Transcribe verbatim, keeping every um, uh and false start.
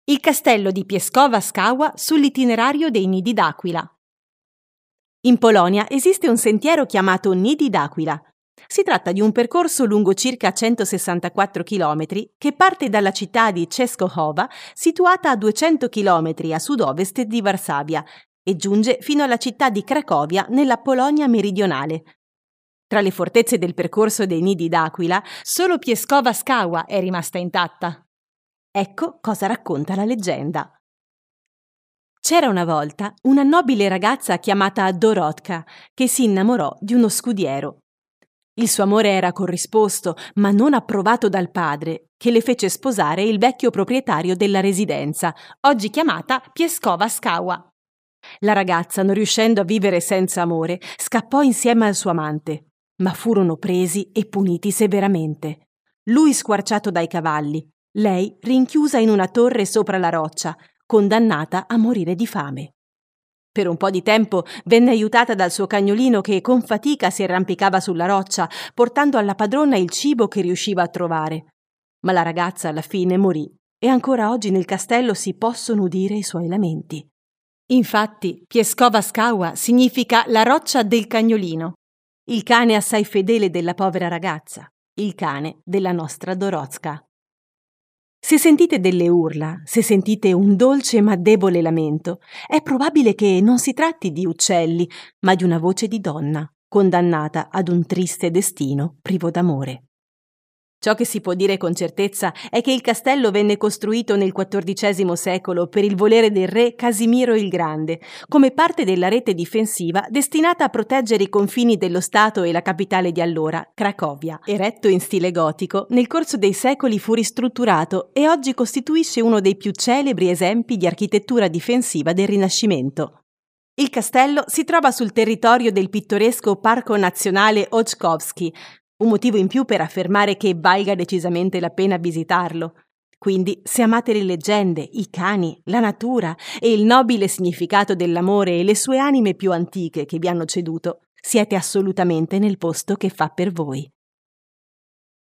Il castello di Pieskowa-Skała sull'itinerario dei nidi d'aquila. In Polonia esiste un sentiero chiamato Nidi d'Aquila. Si tratta di un percorso lungo circa centosessantaquattro chilometri che parte dalla città di Częstochowa, situata a duecento chilometri a sud-ovest di Varsavia, e giunge fino alla città di Cracovia nella Polonia meridionale. Tra le fortezze del percorso dei nidi d'aquila, solo Pieskowa-Skała è rimasta intatta. Ecco cosa racconta la leggenda. C'era una volta una nobile ragazza chiamata Dorotka che si innamorò di uno scudiero. Il suo amore era corrisposto, ma non approvato dal padre, che le fece sposare il vecchio proprietario della residenza, oggi chiamata Pieskowa-Skała. La ragazza, non riuscendo a vivere senza amore, scappò insieme al suo amante, ma furono presi e puniti severamente. Lui squarciato dai cavalli, lei rinchiusa in una torre sopra la roccia, condannata a morire di fame. Per un po' di tempo venne aiutata dal suo cagnolino che con fatica si arrampicava sulla roccia, portando alla padrona il cibo che riusciva a trovare. Ma la ragazza alla fine morì e ancora oggi nel castello si possono udire i suoi lamenti. Infatti, Pieskowa-Skała significa la roccia del cagnolino, il cane assai fedele della povera ragazza, il cane della nostra Dorotka. Se sentite delle urla, se sentite un dolce ma debole lamento, è probabile che non si tratti di uccelli, ma di una voce di donna, condannata ad un triste destino privo d'amore. Ciò che si può dire con certezza è che il castello venne costruito nel quattordicesimo secolo per il volere del re Casimiro il Grande, come parte della rete difensiva destinata a proteggere i confini dello Stato e la capitale di allora, Cracovia. Eretto in stile gotico, nel corso dei secoli fu ristrutturato e oggi costituisce uno dei più celebri esempi di architettura difensiva del Rinascimento. Il castello si trova sul territorio del pittoresco Parco Nazionale Oczkowski, un motivo in più per affermare che valga decisamente la pena visitarlo. Quindi, se amate le leggende, i cani, la natura e il nobile significato dell'amore e le sue anime più antiche che vi hanno ceduto, siete assolutamente nel posto che fa per voi.